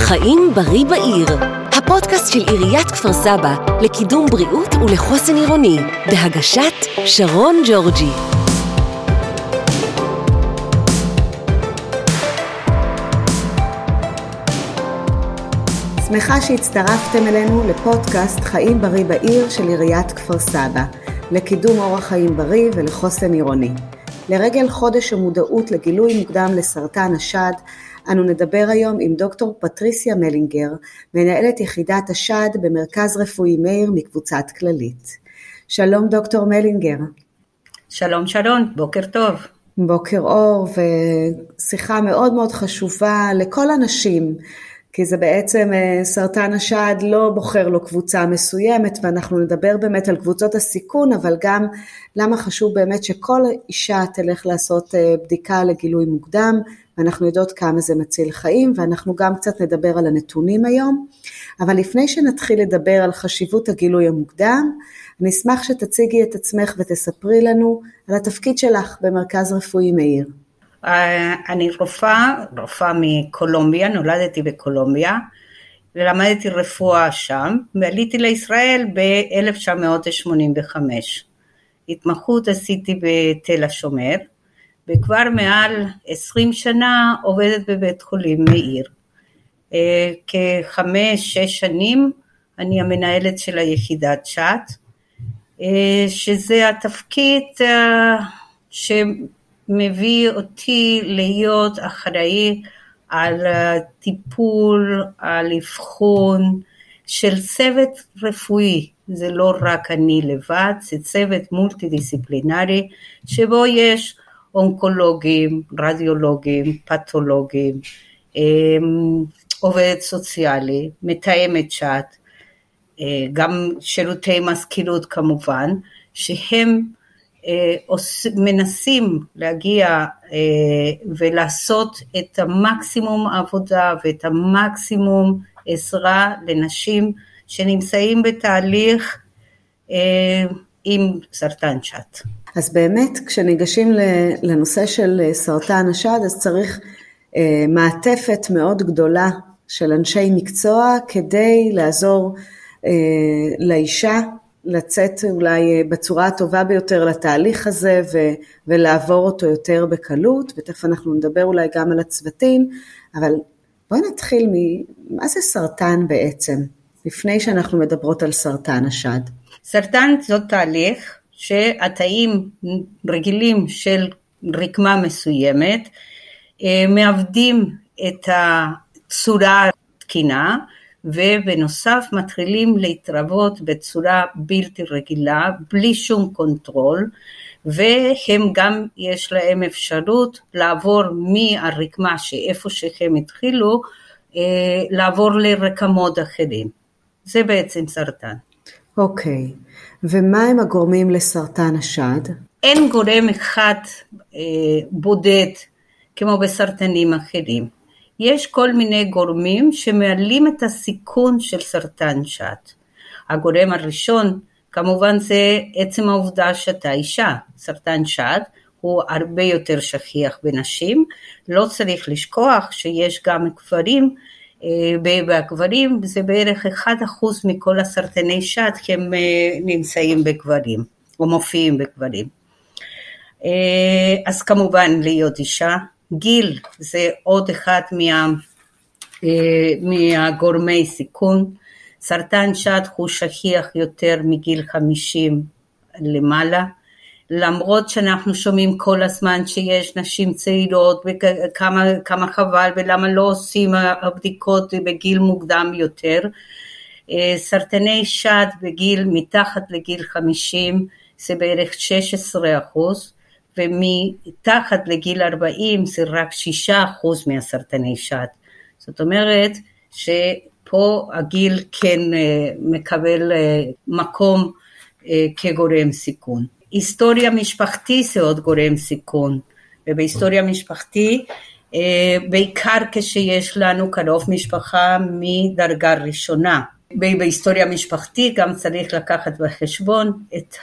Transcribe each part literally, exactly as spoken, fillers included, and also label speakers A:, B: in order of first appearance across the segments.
A: חיים בריא בעיר, הפודקאסט של עיריית כפר סבא לקידום בריאות ולחוסן עירוני, בהגשת שרון ג'ורג'י.
B: שמחה שהצטרפתם אלינו לפודקאסט חיים בריא בעיר של עיריית כפר סבא, לקידום אורח חיים בריא ולחוסן עירוני. לרגל חודש המודעות לגילוי מוקדם לסרטן השד, אנו נדבר היום עם דוקטור פטריסיה מלינגר, מנהלת יחידת השד במרכז רפואי מאיר מקבוצת כללית. שלום דוקטור מלינגר.
C: שלום שרון, בוקר טוב.
B: בוקר אור, ושיחה מאוד מאוד חשובה לכל אנשים, כי זה בעצם סרטן השד לא בוחר לו קבוצה מסוימת, ואנחנו נדבר באמת על קבוצות הסיכון, אבל גם למה חשוב באמת שכל אישה תלך לעשות בדיקה לגילוי מוקדם, ואנחנו יודעות כמה זה מציל חיים, ואנחנו גם קצת נדבר על הנתונים היום. אבל לפני שנתחיל לדבר על חשיבות הגילוי המוקדם, אני אשמח שתציגי את עצמך ותספרי לנו על התפקיד שלך במרכז רפואי מאיר.
C: אני רופאה, רופאה מקולומביה, נולדתי בקולומביה, ולמדתי רפואה שם, ועליתי לישראל ב-אלף תשע מאות שמונים וחמש. התמחות עשיתי בתל השומר, וכבר מעל עשרים שנה עובדת בבית חולים מאיר. כחמש, שש שנים אני המנהלת של היחידת שד, שזה התפקיד שמביא אותי להיות אחראי על טיפול, על אבחון של צוות רפואי. זה לא רק אני לבד, זה צוות מולטי דיסציפלינרי, שבו יש אונקולוגים, רדיולוגים, פתולוגים, עובדת סוציאלי, מתאמת שד, גם שירותי מזכירות כמובן, שהם מנסים להגיע ולעשות את המקסימום עבודה ואת המקסימום עזרה לנשים שנמצאים בתהליך עם סרטן שד.
B: אז באמת כשניגשים לנושא של סרטן השד, אז צריך מעטפת מאוד גדולה של אנשי מקצוע כדי לעזור לאישה לצאת אולי בצורה הטובה ביותר לתהליך הזה ו- ולעבור אותו יותר בקלות, ותכף אנחנו נדבר אולי גם על הצוותים, אבל בואי נתחיל ממה זה סרטן בעצם, לפני שאנחנו מדברות על סרטן השד.
C: סרטן זאת תהליך שהתאים רגילים של רקמה מסוימת מעבדים את הצורה התקינה, ובנוסף מתחילים להתרבות בצורה בלתי רגילה, בלי שום קונטרול, והם גם יש להם אפשרות לעבור מהרקמה שאיפה שהם התחילו, לעבור לרקמות אחרים. זה בעצם סרטן.
B: אוקיי, ומה הם הגורמים לסרטן השד?
C: אין גורם אחד אה, בודד כמו בסרטנים אחרים. יש כל מיני גורמים שמעלים את הסיכון של סרטן שד. הגורם הראשון כמובן זה עצם העובדה שאתה אישה. סרטן שד הוא הרבה יותר שכיח בנשים, לא צריך לשכוח שיש גם גברים, בגברים זה בערך אחד אחוז מכל הסרטני שד כי הם נמצאים בגברים או מופיעים בגברים. אז כמובן להיות אישה, גיל זה עוד אחד מה, מהגורמי סיכון, סרטן שד הוא שכיח יותר מגיל חמישים למעלה, למרות שאנחנו שומעים כל הזמן שיש נשים צעירות וכמה כמה חבל ולמה לא עושים הבדיקות בגיל מוקדם יותר, סרטני שד בגיל מתחת לגיל חמישים זה בערך שש עשרה אחוז, ומתחת לגיל ארבעים זה רק שישה אחוז מהסרטני שד. זאת אומרת שפה הגיל כן מקבל מקום כגורם סיכון. היסטוריה משפחתי זה עוד גורם סיכון, ובהיסטוריה משפחתי, בעיקר כשיש לנו קרוב משפחה מדרגה ראשונה. בהיסטוריה משפחתי גם צריך לקחת בחשבון את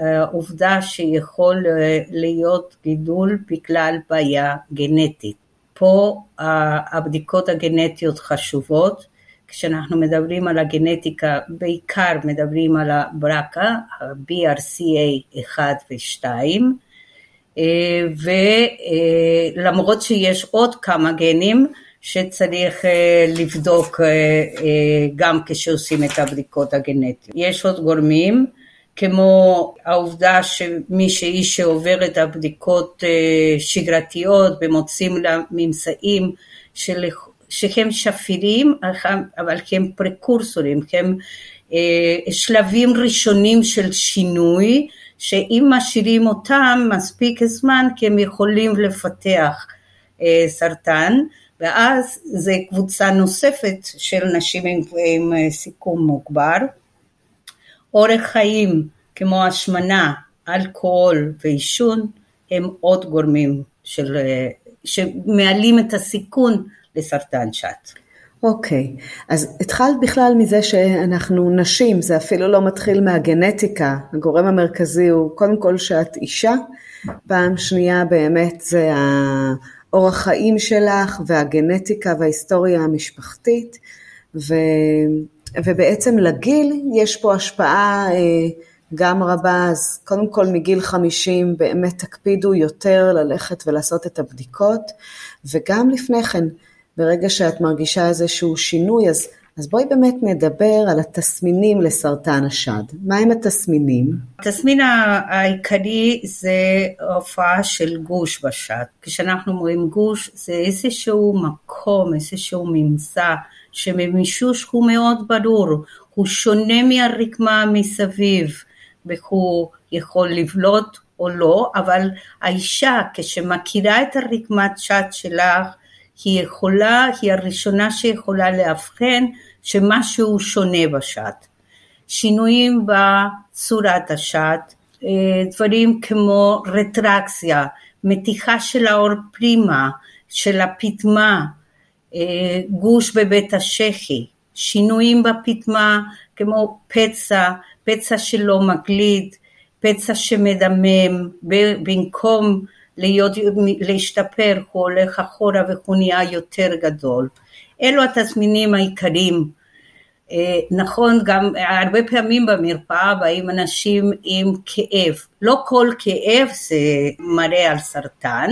C: העובדה שיכול להיות גידול בגלל בעיה גנטית. פה הבדיקות הגנטיות חשובות. כשאנחנו מדברים על הגנטיקה, בעיקר מדברים על הברקה, ה-בי אר סי איי אחת ושתיים, ולמרות שיש עוד כמה גנים שצריך לבדוק גם כשעושים את הבדיקות הגנטיות. יש עוד גורמים, כמו העובדה שמישהי שעובר את הבדיקות שגרתיות ומוצאים לה ממצאים של שהם שפירים, אבל הם פרקורסורים, הם שלבים ראשונים של שינוי, שאם משאירים אותם מספיק זמן, כי הם יכולים לפתח סרטן, ואז זה קבוצה נוספת של נשים עם, עם סיכון מוגבר. אורח חיים כמו השמנה, אלכוהול ועישון, הם עוד גורמים של, שמעלים את הסיכון לסרטן שד.
B: אוקיי, אז התחלת בכלל מזה שאנחנו נשים, זה אפילו לא מתחיל מהגנטיקה, הגורם המרכזי הוא קודם כל שאת אישה, פעם שנייה באמת זה האורח חיים שלך והגנטיקה וההיסטוריה המשפחתית, ו, ובעצם לגיל יש פה השפעה גם רבה, אז קודם כל מגיל חמישים באמת תקפידו יותר ללכת ולעשות את הבדיקות, וגם לפני כן, ברגע שאת מרגישה איזשהו שינוי, אז, אז בואי באמת נדבר על התסמינים לסרטן השד. מה הם התסמינים?
C: התסמין העיקרי זה הופעה של גוש בשד. כשאנחנו רואים גוש, זה איזשהו מקום, איזשהו ממצא, שממישוש הוא מאוד ברור, הוא שונה מהרקמה מסביב, והוא יכול לבלוט או לא, אבל האישה כשמכירה את הרקמת שד שלך, היא יכולה, היא הראשונה שיכולה להבחן שמשהו שונה בשד. שינויים בצורת השד, דברים כמו רטרקציה, מתיחה של האור פרימה, של הפטמה, גוש בבית השחי, שינויים בפטמה כמו פצע, פצע שלא מגליד, פצע שמדמם, במקום להיות, להשתפר, הוא הולך אחורה והוא נהיה יותר גדול. אלו התסמינים העיקריים. נכון, גם הרבה פעמים במרפאה באים אנשים עם כאב. לא כל כאב זה מראה על סרטן.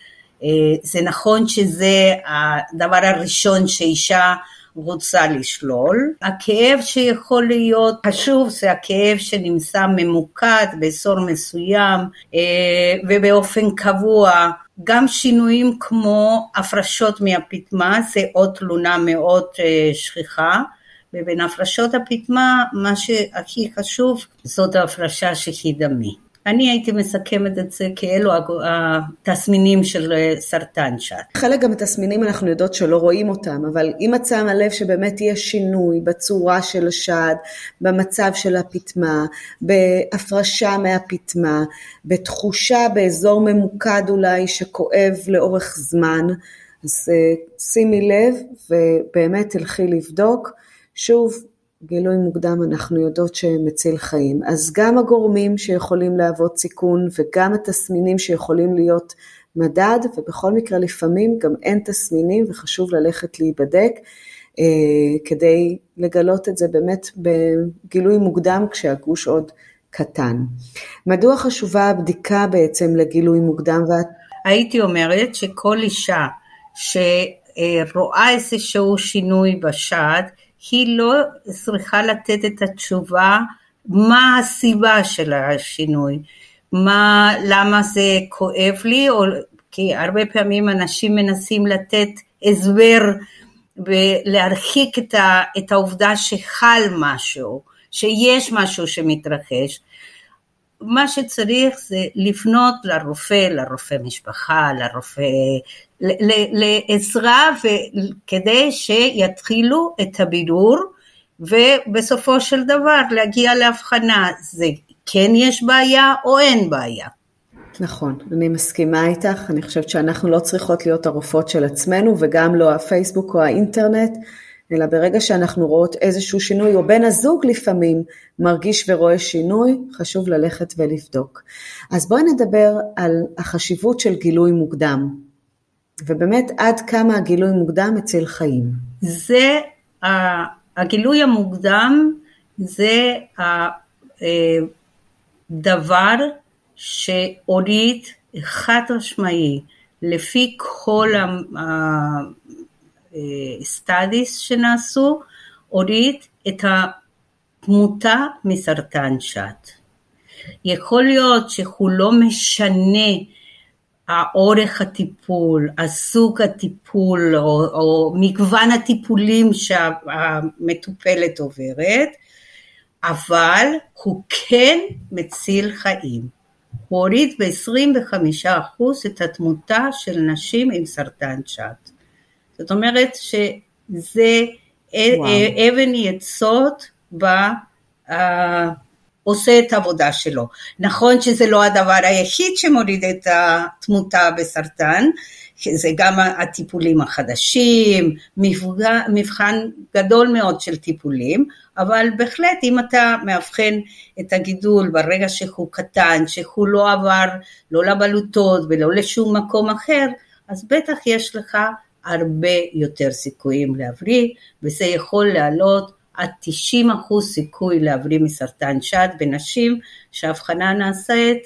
C: זה נכון שזה הדבר הראשון שאישה רוצה לשלול. הכאב שיכול להיות חשוב זה הכאב שנמצא ממוקד באזור מסוים ובאופן קבוע. גם שינויים כמו הפרשות מהפטמה, זה עוד תלונה מאוד שכיחה, ובין הפרשות הפטמה מה שהכי חשוב זאת ההפרשה שהיא דמי. אני הייתי מסכמת את זה כאלו התסמינים של סרטן שד.
B: חלק גם התסמינים אנחנו יודעות שלא רואים אותם, אבל אם את שמה לב שבאמת יהיה שינוי בצורה של השד, במצב של הפטמה, בהפרשה מהפטמה, בתחושה באזור ממוקד אולי שכואב לאורך זמן, אז שימי לב ובאמת תלכי לבדוק. שוב, גילוי מוקדם אנחנו יודעות שמציל חיים, אז גם הגורמים שיכולים להוות סיכון וגם התסמינים שיכולים להיות מדד, ובכל מקרה לפעמים גם אין תסמינים וחשוב ללכת להיבדק אה, כדי לגלות את זה באמת בגילוי מוקדם כשהגוש עוד קטן. מדוע חשובה הבדיקה בעצם לגילוי מוקדם? ואת...
C: הייתי אומרת שכל אישה שרואה איזשהו שינוי בשד, היא לא צריכה לתת את התשובה מה הסיבה של השינוי, מה, למה זה כואב לי, או, כי הרבה פעמים אנשים מנסים לתת הסבר ולהרחיק את, ה, את העובדה שחל משהו, שיש משהו שמתרחש. מה שצריך זה לפנות לרופא, לרופא משפחה, לרופא, לעזרה, כדי שיתחילו את הבירור, ובסופו של דבר להגיע להבחנה, זה כן יש בעיה או אין בעיה.
B: נכון, אני מסכימה איתך, אני חושבת שאנחנו לא צריכות להיות הרופאות של עצמנו, וגם לא הפייסבוק או האינטרנט, אלא ברגע שאנחנו רואות איזשהו שינוי, או בן הזוג לפעמים מרגיש ורואה שינוי, חשוב ללכת ולבדוק. אז בואי נדבר על החשיבות של גילוי מוקדם. ובאמת עד כמה הגילוי מוקדם מציל חיים.
C: זה, הגילוי המוקדם זה הדבר שהוריד חד משמעי, לפי כל הסטאדיס שנעשו, הוריד את התמותה מסרטן שד. יכול להיות שהוא לא משנה האורך הטיפול, הסוג הטיפול או, או מגוון הטיפולים שהמטופלת עוברת, אבל הוא כן מציל חיים. הוא הוריד ב-עשרים וחמישה אחוז את התמותה של נשים עם סרטן שד. זאת אומרת שזה וואו. אבן יסוד ב... עושה את העבודה שלו. נכון שזה לא הדבר היחיד שמוריד את התמותה בסרטן, זה גם הטיפולים החדשים, מבחן גדול מאוד של טיפולים, אבל בהחלט אם אתה מאבחן את הגידול ברגע שהוא קטן, שהוא לא עבר לא לבלוטות ולא לשום מקום אחר, אז בטח יש לך הרבה יותר סיכויים להבריא, וזה יכול לעלות עד תשעים אחוז סיכוי להבריא מסרטן שד בנשים שההבחנה נעשית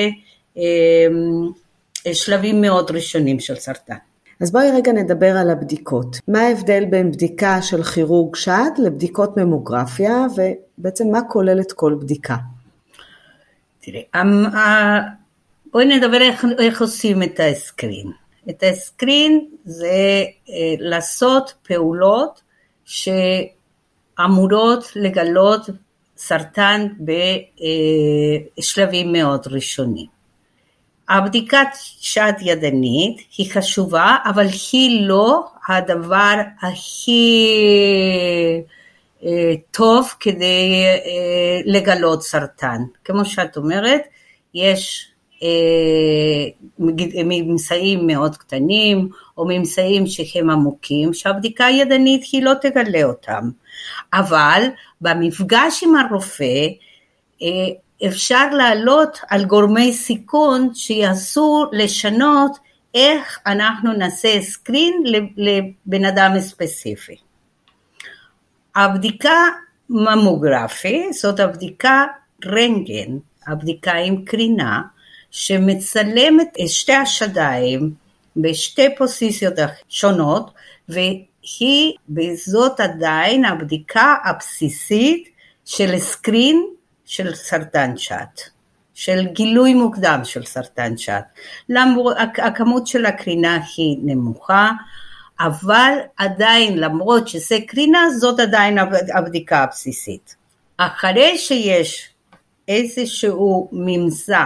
C: בשלבים מאוד ראשונים של סרטן.
B: אז בואי רגע נדבר על הבדיקות. מה ההבדל בין בדיקה של כירורג שד לבדיקות ממוגרפיה, ובעצם מה כוללת כל בדיקה?
C: תראי, בואי נדבר איך, איך עושים את הסקרין. את הסקרין זה לעשות פעולות ש... אמורות לגלות סרטן בשלבים מאוד ראשונים. הבדיקת שד ידנית היא חשובה, אבל היא לא הדבר הכי טוב כדי לגלות סרטן. כמו שאת אומרת, יש ממצאים מאוד קטנים, או ממצאים שהם עמוקים, שהבדיקה הידנית היא לא תגלה אותם. אבל במפגש עם הרופא, אפשר לעלות על גורמי סיכון שיעשו לשנות איך אנחנו נעשה סקרין לבן אדם ספציפי. הבדיקה ממוגרפי, זאת הבדיקה רנטגן, הבדיקה עם קרינה, שמצלמת את שתי השדיים בשתי פוזיציות שונות, והיא בזאת עדיין הבדיקה הבסיסית של סקרין של סרטן שד, של גילוי מוקדם של סרטן שד. למרות, הכמות של הקרינה היא נמוכה, אבל עדיין למרות שזה קרינה, זאת עדיין הבדיקה הבסיסית. אחרי שיש איזשהו ממצא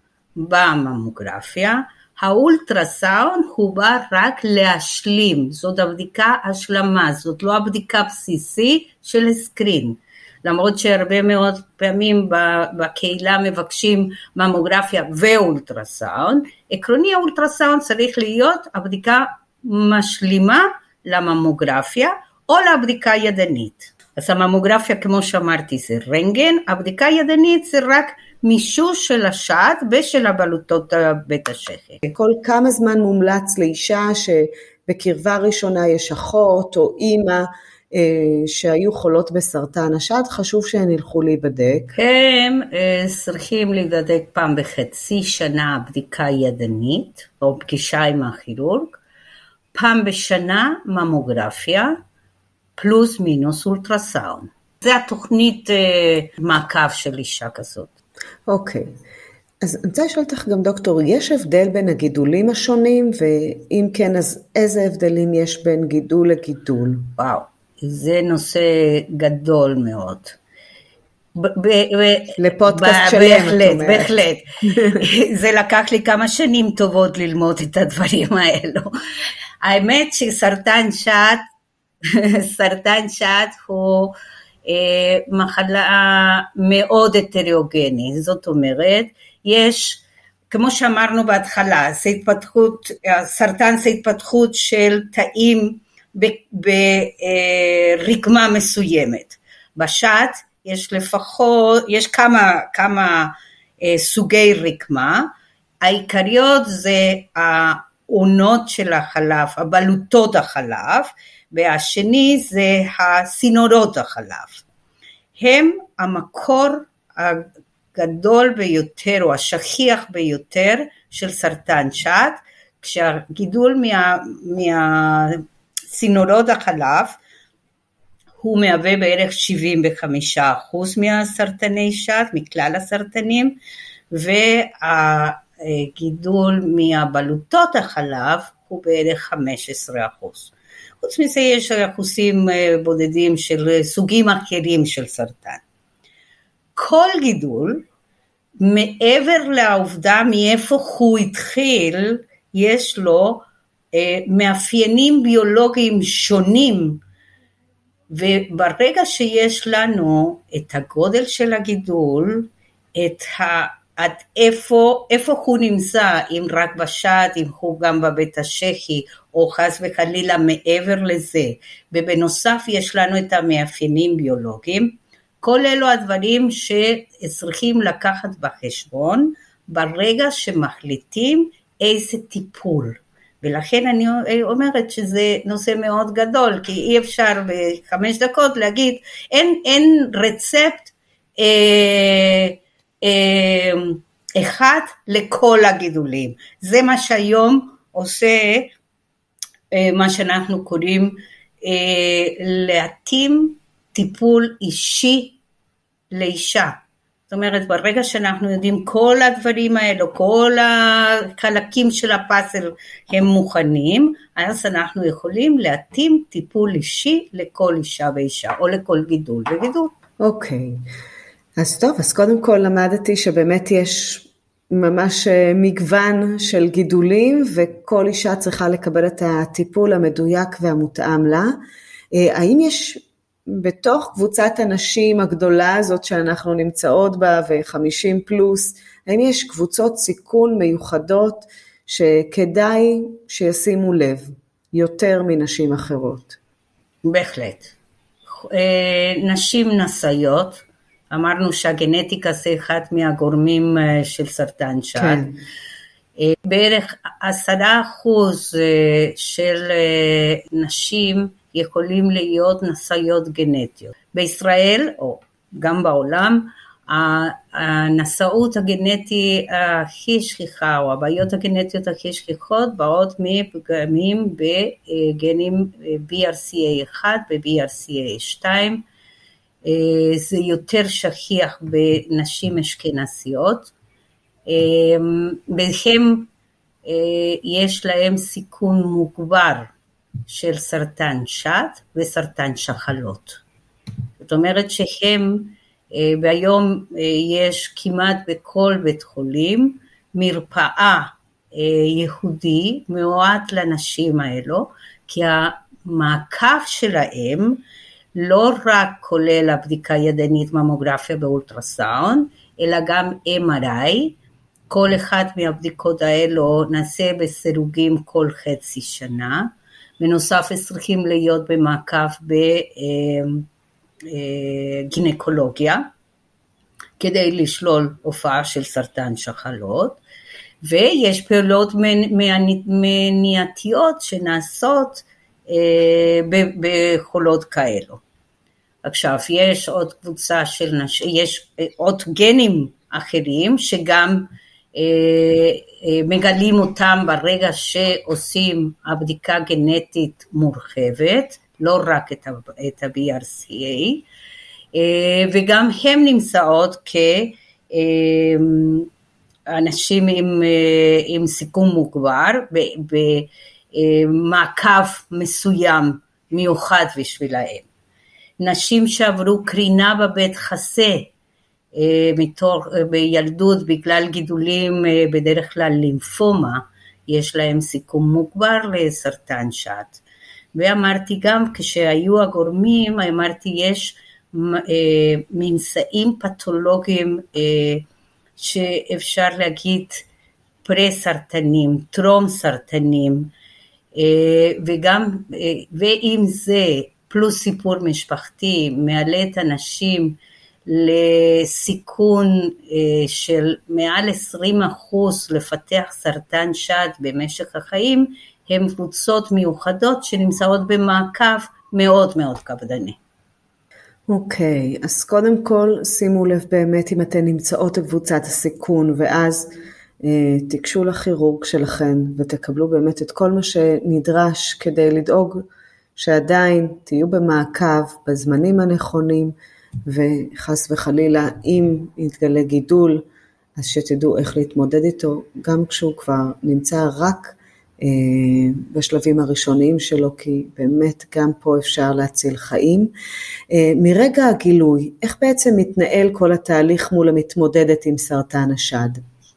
C: בממוגרפיה, האולטרסאונד הוא בא רק להשלים, זאת הבדיקה השלמה, זאת לא הבדיקה בסיסית של סקרין. למרות שהרבה מאוד פעמים בקהילה מבקשים ממוגרפיה ואולטרסאונד, עקרוני האולטרסאונד צריך להיות הבדיקה משלימה לממוגרפיה או לבדיקה ידנית. אז הממוגרפיה כמו שאמרתי זה רנטגן, הבדיקה ידנית זה רק מישוש של השד ושל הבלוטות בית השחר.
B: כל כמה זמן מומלץ לאישה שבקרבה ראשונה יש אחות או אימא שהיו חולות בסרטן השד, חשוב שהן ילכו להיבדק?
C: הם צריכים להיבדק פעם בחצי שנה בדיקה ידנית או פגישה עם הכירורג, פעם בשנה ממוגרפיה, פלוס מינוס אולטרסאונד. זה התוכנית מעקב של אישה כזאת.
B: אוקיי. אז אני רוצה לשאול אותך גם דוקטור, יש הבדל בין הגידולים השונים, ואם כן, אז איזה הבדלים יש בין גידול לגידול?
C: וואו, זה נושא גדול מאוד.
B: לפודקאסט שלם,
C: בהחלט, בהחלט. זה לקח לי כמה שנים טובות ללמוד את הדברים האלו. האמת שסרטן שד, סרטן שד הוא מחלה מאוד הטרוגנית, זאת אומרת, יש, כמו שאמרנו בהתחלה, זה התפתחות, סרטן זה התפתחות של תאים ברקמה מסוימת. בשד יש לפחות, יש כמה, כמה סוגי רקמה, העיקריות זה העונות של החלב, הבלוטות החלב, והשני זה הסינורות החלב. הם המקור הגדול ביותר או השכיח ביותר של סרטן שד, כשהגידול מה, מהסינורות החלב הוא מהווה בערך שבעים וחמישה אחוז מהסרטני שד, מכלל הסרטנים, והגידול מהבלוטות החלב הוא בערך חמישה עשר אחוז. חוץ מזה יש אחוזים בודדים של סוגים אחרים של סרטן. כל גידול, מעבר לעובדה מאיפה הוא התחיל, יש לו אה, מאפיינים ביולוגיים שונים, וברגע שיש לנו את הגודל של הגידול, את ה... עד איפה, איפה הוא נמצא, אם רק בשד, אם הוא גם בבית השחי, או חס וחלילה מעבר לזה, ובנוסף יש לנו את המאפיינים ביולוגיים, כל אלו הדברים שצריכים לקחת בחשבון, ברגע שמחליטים איזה טיפול, ולכן אני אומרת שזה נושא מאוד גדול, כי אי אפשר בחמש דקות להגיד, אין, אין רצפט, אה, אחד לכל הגידולים. זה מה שהיום עושה, מה שאנחנו קוראים להתאים טיפול אישי לאישה. זאת אומרת, ברגע שאנחנו יודעים כל הדברים האלו, כל החלקים של הפאזל הם מוכנים, אז אנחנו יכולים להתאים טיפול אישי לכל אישה ואישה, או לכל גידול וגידול.
B: אוקיי. אז טוב, אז קודם כל למדתי שבאמת יש ממש מגוון של גידולים, וכל אישה צריכה לקבל את הטיפול המדויק והמותאם לה. האם יש בתוך קבוצת הנשים הגדולה הזאת שאנחנו נמצאות בה, ו-חמישים פלוס, האם יש קבוצות סיכון מיוחדות שכדאי שישימו לב יותר מנשים אחרות?
C: בהחלט. נשים נשאיות, אמרנו שהגנטיקה זה אחד מהגורמים של סרטן שד. כן. בערך עשרה אחוז של נשים יכולים להיות נשאיות גנטיות. בישראל, או גם בעולם, הנשאות הגנטית הכי שכיחה, או הבעיות הגנטיות הכי שכיחות, באות מפגמים בגנים בי אר סי איי אחת ו-בי אר סי איי שתיים, זה יותר שכיח בנשים אשכנזיות, והם יש להם סיכון מוגבר של סרטן שד וסרטן שחלות. זאת אומרת שהם, והיום יש כמעט בכל בית חולים מרפאה יהודי מיועד לנשים האלו, כי המעקב שלהם לא רק כולל הבדיקה ידנית ממוגרפיה באולטרסאונד, אלא גם אם אר איי, כל אחד מהבדיקות האלו נעשה בסירוגים כל חצי שנה, בנוסף צריכים להיות במעקב בגינקולוגיה, כדי לשלול הופעה של סרטן שחלות, ויש פעולות מניעתיות שנעשות בחולות כאלו. עכשיו, יש עוד קבוצה של נשים, יש עוד גנים אחרים שגם אה, אה, מגלים אותם ברגע שעושים הבדיקה גנטית מורחבת, לא רק את ה-בי אר סי איי, אה, וגם הם נמצאות כאנשים עם, אה, עם סיכום מוגבר, במעקב מסוים מיוחד בשבילהם. נשים שעברו קרינה בבית חסה, מתור, בילדות בגלל גידולים בדרך כלל לימפומה, יש להם סיכום מוגבר לסרטן שד. ואמרתי גם כשהיו הגורמים, אמרתי יש ממצאים פתולוגיים שאפשר להגיד פרה-סרטנים, טרום-סרטנים, וגם, ואם זה פלוס סיפור משפחתי, מעלה את הנשים לסיכון של מעל עשרים אחוז לפתח סרטן שד במשך החיים, הן קבוצות מיוחדות שנמצאות במעקב מאוד מאוד קפדני.
B: אוקיי, okay, אז קודם כל שימו לב באמת אם אתן נמצאות בקבוצת הסיכון, ואז אה, תיגשו לכירורג שלכן ותקבלו באמת את כל מה שנדרש כדי לדאוג שעדיין תהיו במעקב בזמנים הנכונים, וחס וחלילה אם יתגלה גידול, אז שתדעו איך להתמודד איתו, גם כשהוא כבר נמצא רק אה, בשלבים הראשוניים שלו, כי באמת גם פה אפשר להציל חיים. אה, מרגע הגילוי, איך בעצם מתנהל כל התהליך מול המתמודדת עם סרטן השד?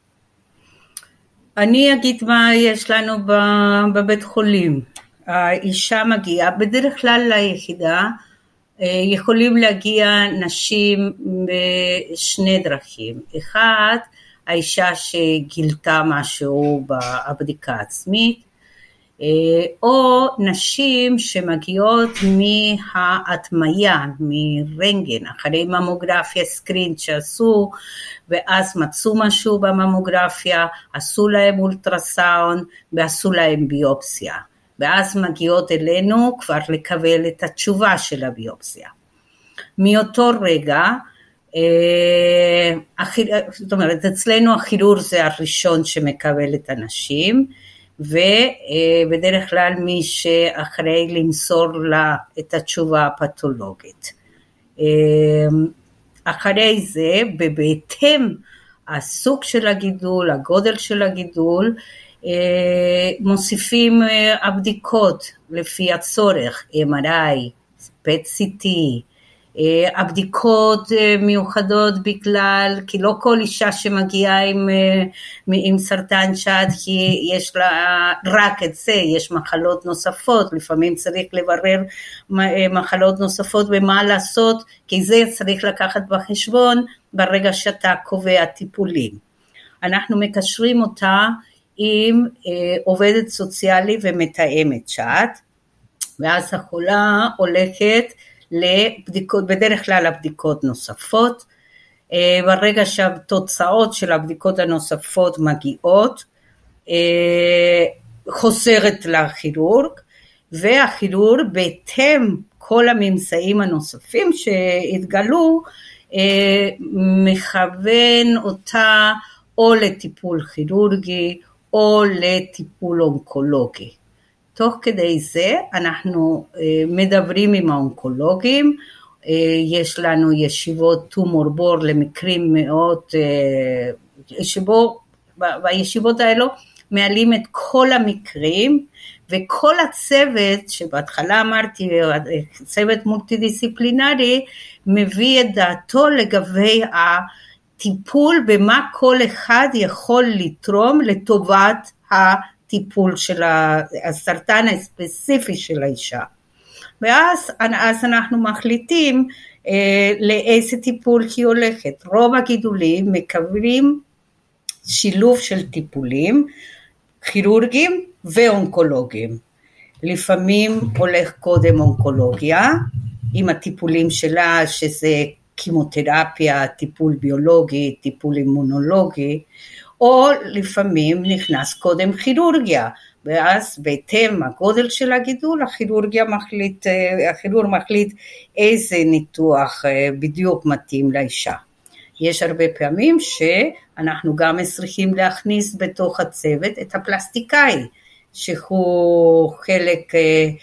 C: אני אגיד מה יש לנו בבית חולים. האישה מגיעה, בדרך כלל ליחידה, יכולים להגיע נשים בשני דרכים. אחד, האישה שגילתה משהו בבדיקה עצמית, או נשים שמגיעות מההתמיה, מרנגן, אחרי ממוגרפיה סקרין שעשו, ואז מצאו משהו בממוגרפיה, עשו להם אולטרסאונד ועשו להם ביופסיה. ואז מגיעות אלינו כבר לקבל את התשובה של הביופסיה. מאותו רגע, זאת אומרת, אצלנו הכירורג זה הראשון שמקבל את הנשים, ובדרך כלל מי שאחרי למסור לה את התשובה הפתולוגית. אחרי זה, בהתאם הסוג של הגידול, הגודל של הגידול, מוסיפים הבדיקות לפי הצורך, אם אר איי, פט סי טי, הבדיקות מיוחדות בגלל, כי לא כל אישה שמגיעה עם, עם סרטן שד, כי יש לה רק את זה, יש מחלות נוספות, לפעמים צריך לברר מחלות נוספות ומה לעשות, כי זה צריך לקחת בחשבון ברגע שאתה קובע טיפולים. אנחנו מקשרים אותה עם עובדת סוציאלי ומתאמת שד, ואז החולה הולכת לבדיקות, בדרך כלל הבדיקות נוספות, ברגע שהתוצאות של הבדיקות הנוספות מגיעות, חוזרת לכירורג, והכירורג בהתאם כל הממצאים הנוספים שהתגלו, מכוון אותה או לטיפול כירורגי, או לטיפול אונקולוגי. תוך כדי זה אנחנו מדברים עם האונקולוגים, יש לנו ישיבות טומור בור למקרים מאוד, שבו בישיבות האלו מעלים את כל המקרים, וכל הצוות שבהתחלה אמרתי, צוות מולטי-דיסציפלינרי, מביא את דעתו לגבי הטיפול במה כל אחד יכול לתרום לטובת הטיפול של הסרטן הספציפי של האישה. ואז אז אנחנו מחליטים אה, לאיזה טיפול היא הולכת. רוב הגידולים מקבלים שילוב של טיפולים, כירורגיים ואונקולוגיים. לפעמים הולך קודם אונקולוגיה, עם הטיפולים שלה שזה כימותרפיה, טיפול ביולוגי, טיפול אימונולוגי, או לפעמים נכנס קודם כירורגיה, ואז בהתאם הגודל של הגידול, הכירורגיה מחליט, הכירורג מחליט איזה ניתוח בדיוק מתאים לאישה. יש הרבה פעמים שאנחנו גם צריכים להכניס בתוך הצוות את הפלסטיקאי, שהוא חלק,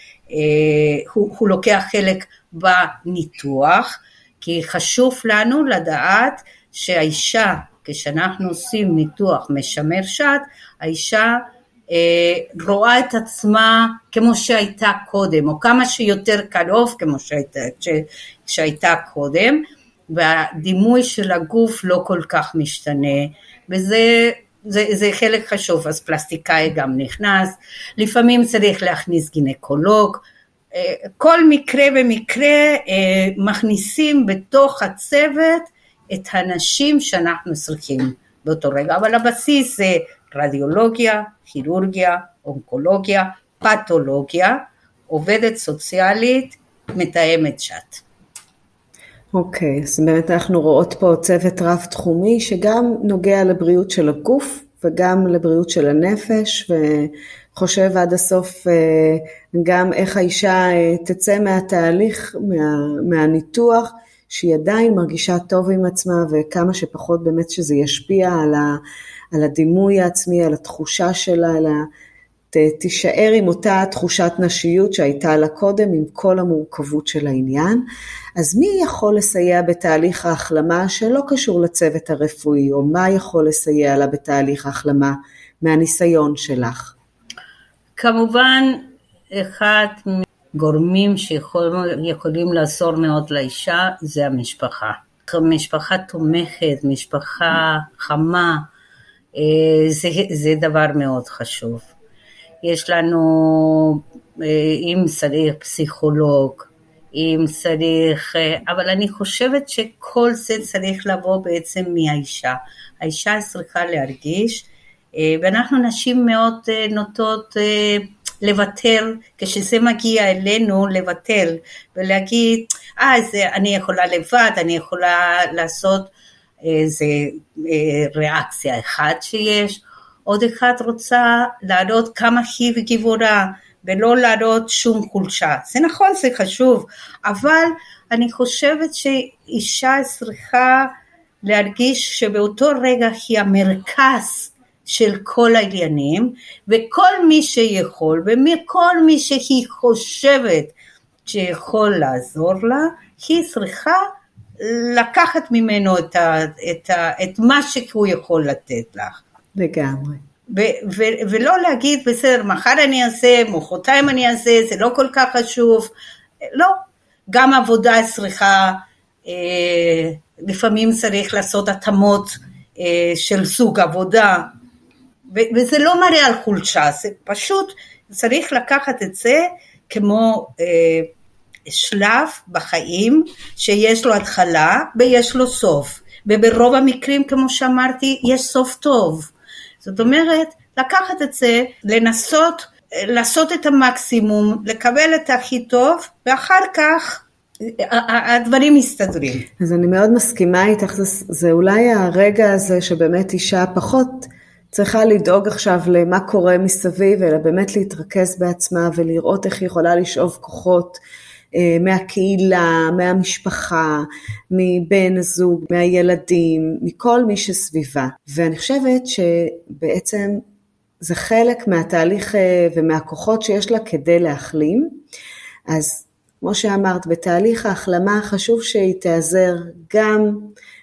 C: הוא, הוא לוקח חלק בניתוח, כי חשוב לנו לדעת שהאישה, כשאנחנו עושים ניתוח משמר שד, האישה אה, רואה את עצמה כמו שהייתה קודם, או כמה שיותר קרוב כמו שהייתה, שהייתה קודם, והדימוי של הגוף לא כל כך משתנה, וזה זה, זה חלק חשוב, אז פלסטיקאי גם נכנס, לפעמים צריך להכניס גינקולוג, כל מקרה ומקרה מכניסים בתוך הצוות את האנשים שאנחנו צריכים באותו רגע, אבל הבסיס זה רדיולוגיה, כירורגיה, אונקולוגיה, פתולוגיה, עובדת סוציאלית, מתאמת שד.
B: אוקיי, אז באמת אנחנו רואות פה צוות רב תחומי שגם נוגע לבריאות של הגוף וגם לבריאות של הנפש, וחושב עד הסוף גם איך האישה תצא מהתהליך, מה, מהניתוח, שהיא עדיין מרגישה טוב עם עצמה, וכמה שפחות באמת שזה ישפיע על, ה, על הדימוי העצמי, על התחושה שלה, על ה, ת, תישאר עם אותה תחושת נשיות שהייתה לה קודם, עם כל המורכבות של העניין. אז מי יכול לסייע בתהליך ההחלמה שלא קשור לצוות הרפואי, או מה יכול לסייע לה בתהליך ההחלמה מהניסיון שלך?
C: כמובן, אחד גורמים שיכולים לעזור מאוד לאישה זה המשפחה. משפחה תומכת, משפחה חמה, זה, זה דבר מאוד חשוב. יש לנו, אם צריך פסיכולוג, אם צריך, אבל אני חושבת שכל זה צריך לבוא בעצם מהאישה. האישה צריכה להרגיש, ואנחנו נשים מאוד נוטות לבטל, כשזה מגיע אלינו לבטל, ולהגיד, אה, זה, אני יכולה לבד, אני יכולה לעשות איזה ריאקציה אחת שיש, עוד אחד רוצה להראות כמה היא וגיבורה, ולא להראות שום חולשה. זה נכון, זה חשוב, אבל אני חושבת שאישה צריכה להרגיש שבאותו רגע היא המרכז של כל העניינים, וכל מי שיכול, וכל מי שהיא חושבת שיכול לעזור לה, היא צריכה לקחת ממנו את, ה, את, ה, את מה שהוא יכול לתת לך.
B: לגמרי.
C: ו- ו- ולא להגיד, בסדר, מחר אני אעשה, מוחרתיים אני אעשה, זה לא כל כך חשוב. לא, גם עבודה צריכה, אה, לפעמים צריך לעשות התאמות אה, של סוג עבודה, ו- וזה לא מראה על חולשה, זה פשוט צריך לקחת את זה כמו אה, שלב בחיים, שיש לו התחלה ויש לו סוף, וברוב המקרים, כמו שאמרתי, יש סוף טוב. זאת אומרת, לקחת את זה, לנסות, לעשות את המקסימום, לקבל את הכי טוב, ואחר כך הדברים מסתדרים.
B: אז אני מאוד מסכימה איתך, זה, זה אולי הרגע הזה שבאמת אישה פחות צריכה לדאוג עכשיו למה קורה מסביב, אלא באמת להתרכז בעצמה ולראות איך היא יכולה לשאוב כוחות מהקהילה, מהמשפחה, מבן הזוג, מהילדים, מכל מי שסביבה. ואני חושבת שבעצם זה חלק מהתהליך ומהכוחות שיש לה כדי להחלים. אז כמו שאמרת, בתהליך ההחלמה חשוב שהיא תעזר גם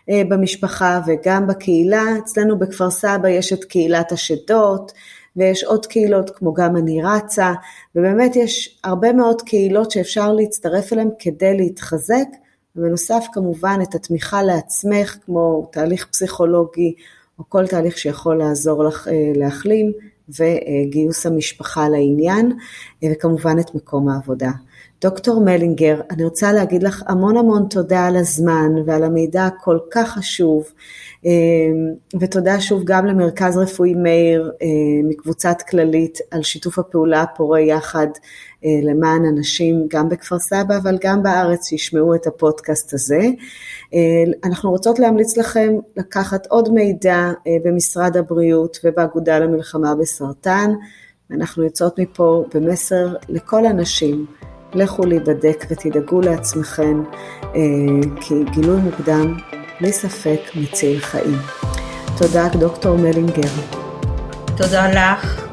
B: במשפחה וגם בקהילה. אצלנו בכפר סבא יש את קהילת השדות, ויש עוד קהילות כמו גם אני רצה, ובאמת יש הרבה מאוד קהילות שאפשר להצטרף אליהן כדי להתחזק, ובנוסף כמובן את התמיכה לעצמך, כמו תהליך פסיכולוגי, או כל תהליך שיכול לעזור לך להחלים, וגיוס המשפחה לעניין, וכמובן את מקום העבודה. דוקטור מלינגר, אני רוצה להגיד לך המון המון תודה על הזמן, ועל המידע הכל כך חשוב, ותודה שוב גם למרכז רפואי מאיר מקבוצת כללית על שיתוף הפעולה הפורה יחד למען אנשים גם בכפר סבא אבל גם בארץ שישמעו את הפודקאסט הזה. אנחנו רוצות להמליץ לכם לקחת עוד מידע במשרד הבריאות ובאגודה למלחמה בסרטן. אנחנו יוצאות מפה במסר לכל הנשים, לכו להיבדק ותדאגו לעצמכם, כי גילוי מוקדם בלי ספק מציל חיים. תודה דוקטור מלינגר.
C: תודה לך.